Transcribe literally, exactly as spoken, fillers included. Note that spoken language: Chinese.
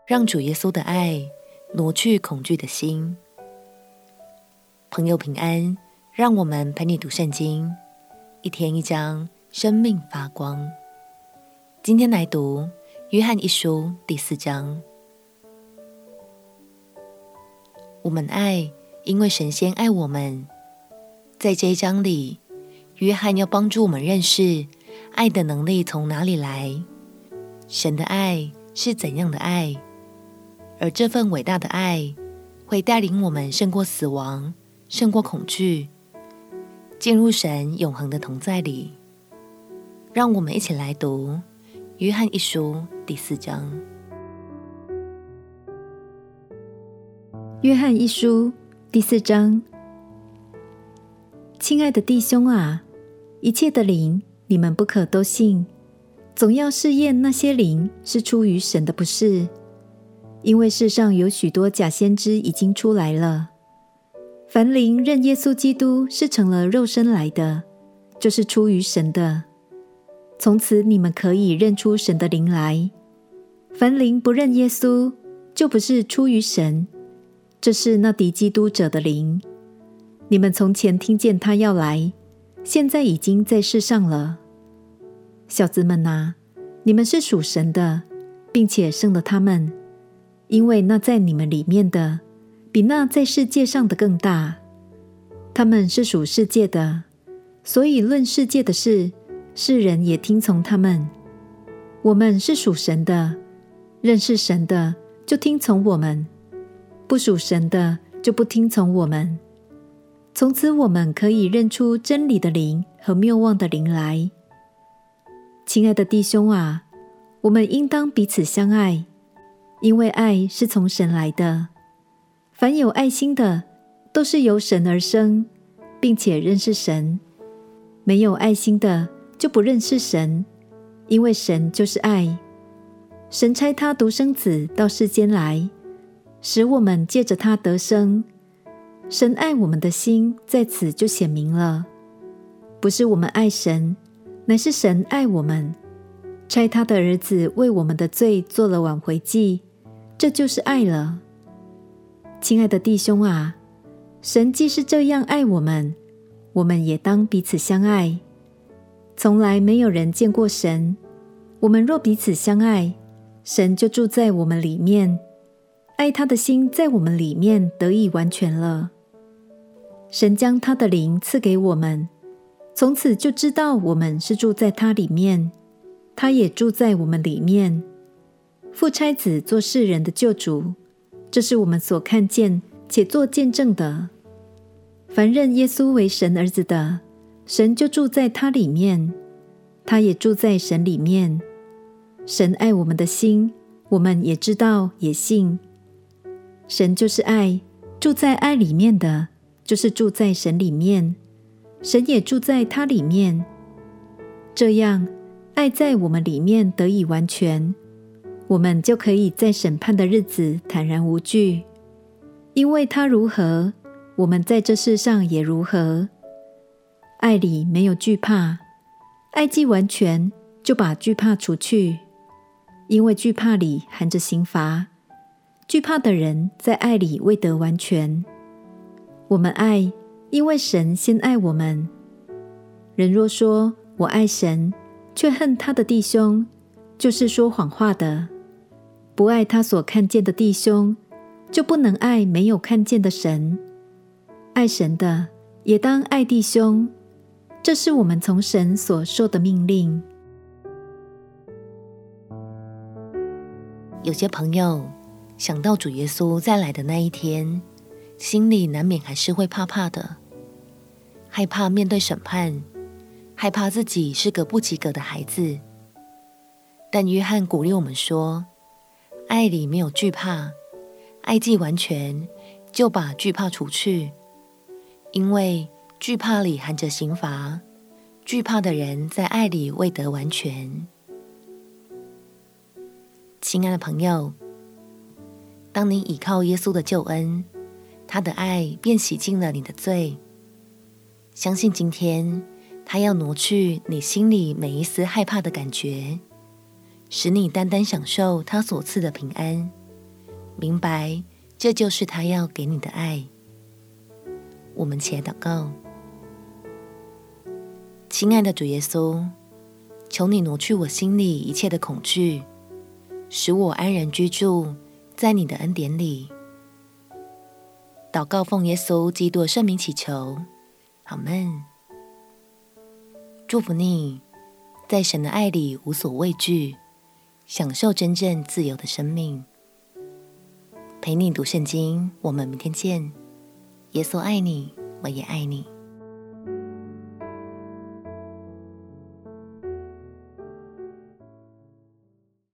让主耶稣的爱挪去恐惧的心。朋友平安，让我们陪你读圣经，一天一章，生命发光。今天来读约翰一书第四章。我们爱，因为神先爱我们。在这一章里，约翰要帮助我们认识爱的能力从哪里来，神的爱是怎样的爱，而这份伟大的爱会带领我们胜过死亡，胜过恐惧，进入神永恒的同在里。让我们一起来读约翰一书第四章。 约翰一书第四章。亲爱的弟兄啊，一切的灵你们不可都信，总要试验那些灵是出于神的不是，因为世上有许多假先知已经出来了。凡灵认耶稣基督是成了肉身来的，就是出于神的。从此你们可以认出神的灵来。凡灵不认耶稣，就不是出于神，这是那敌基督者的灵。你们从前听见他要来，现在已经在世上了。小子们啊，你们是属神的，并且胜了他们，因为那在你们里面的，比那在世界上的更大。他们是属世界的，所以论世界的事，世人也听从他们。我们是属神的，认识神的就听从我们，不属神的就不听从我们。从此我们可以认出真理的灵和谬妄的灵来。亲爱的弟兄啊，我们应当彼此相爱，因为爱是从神来的。凡有爱心的，都是由神而生，并且认识神。没有爱心的，就不认识神，因为神就是爱。神差他独生子到世间来，使我们借着他得生。神爱我们的心在此就显明了，不是我们爱神，乃是神爱我们，差他的儿子为我们的罪做了挽回祭，这就是爱了。亲爱的弟兄啊，神既是这样爱我们，我们也当彼此相爱。从来没有人见过神，我们若彼此相爱，神就住在我们里面，爱他的心在我们里面得以完全了。神将他的灵赐给我们，从此就知道我们是住在他里面，他也住在我们里面。父差子做世人的救主，这是我们所看见且做见证的。凡认耶稣为神儿子的，神就住在他里面，他也住在神里面。神爱我们的心，我们也知道也信。神就是爱，住在爱里面的，就是住在神里面，神也住在他里面。这样，爱在我们里面得以完全，我们就可以在审判的日子坦然无惧。因为他如何，我们在这世上也如何。爱里没有惧怕，爱既完全，就把惧怕除去。因为惧怕里含着刑罚，惧怕的人在爱里未得完全。我们爱，因为神先爱我们。人若说我爱神，却恨他的弟兄，就是说谎话的。不爱他所看见的弟兄，就不能爱没有看见的神。爱神的，也当爱弟兄，这是我们从神所受的命令。 有些朋友想到主耶稣再来的那一天，心里难免还是会怕怕的，害怕面对审判，害怕自己是个不及格的孩子。但约翰鼓励我们说，爱里没有惧怕，爱既完全，就把惧怕除去。因为惧怕里含着刑罚，惧怕的人在爱里未得完全。亲爱的朋友，当你倚靠耶稣的救恩，他的爱便洗净了你的罪。相信今天他要挪去你心里每一丝害怕的感觉，使你单单享受他所赐的平安。 明白这就是他要给你的爱。我们且祷告。亲爱的主耶稣，求你挪去我心里一切的恐惧，使我安然居住在你的恩典里。祷告奉耶稣基督的圣名祈求，阿们。祝福你，在神的爱里无所畏惧，享受真正自由的生命。陪你读圣经，我们明天见。耶稣爱你，我也爱你。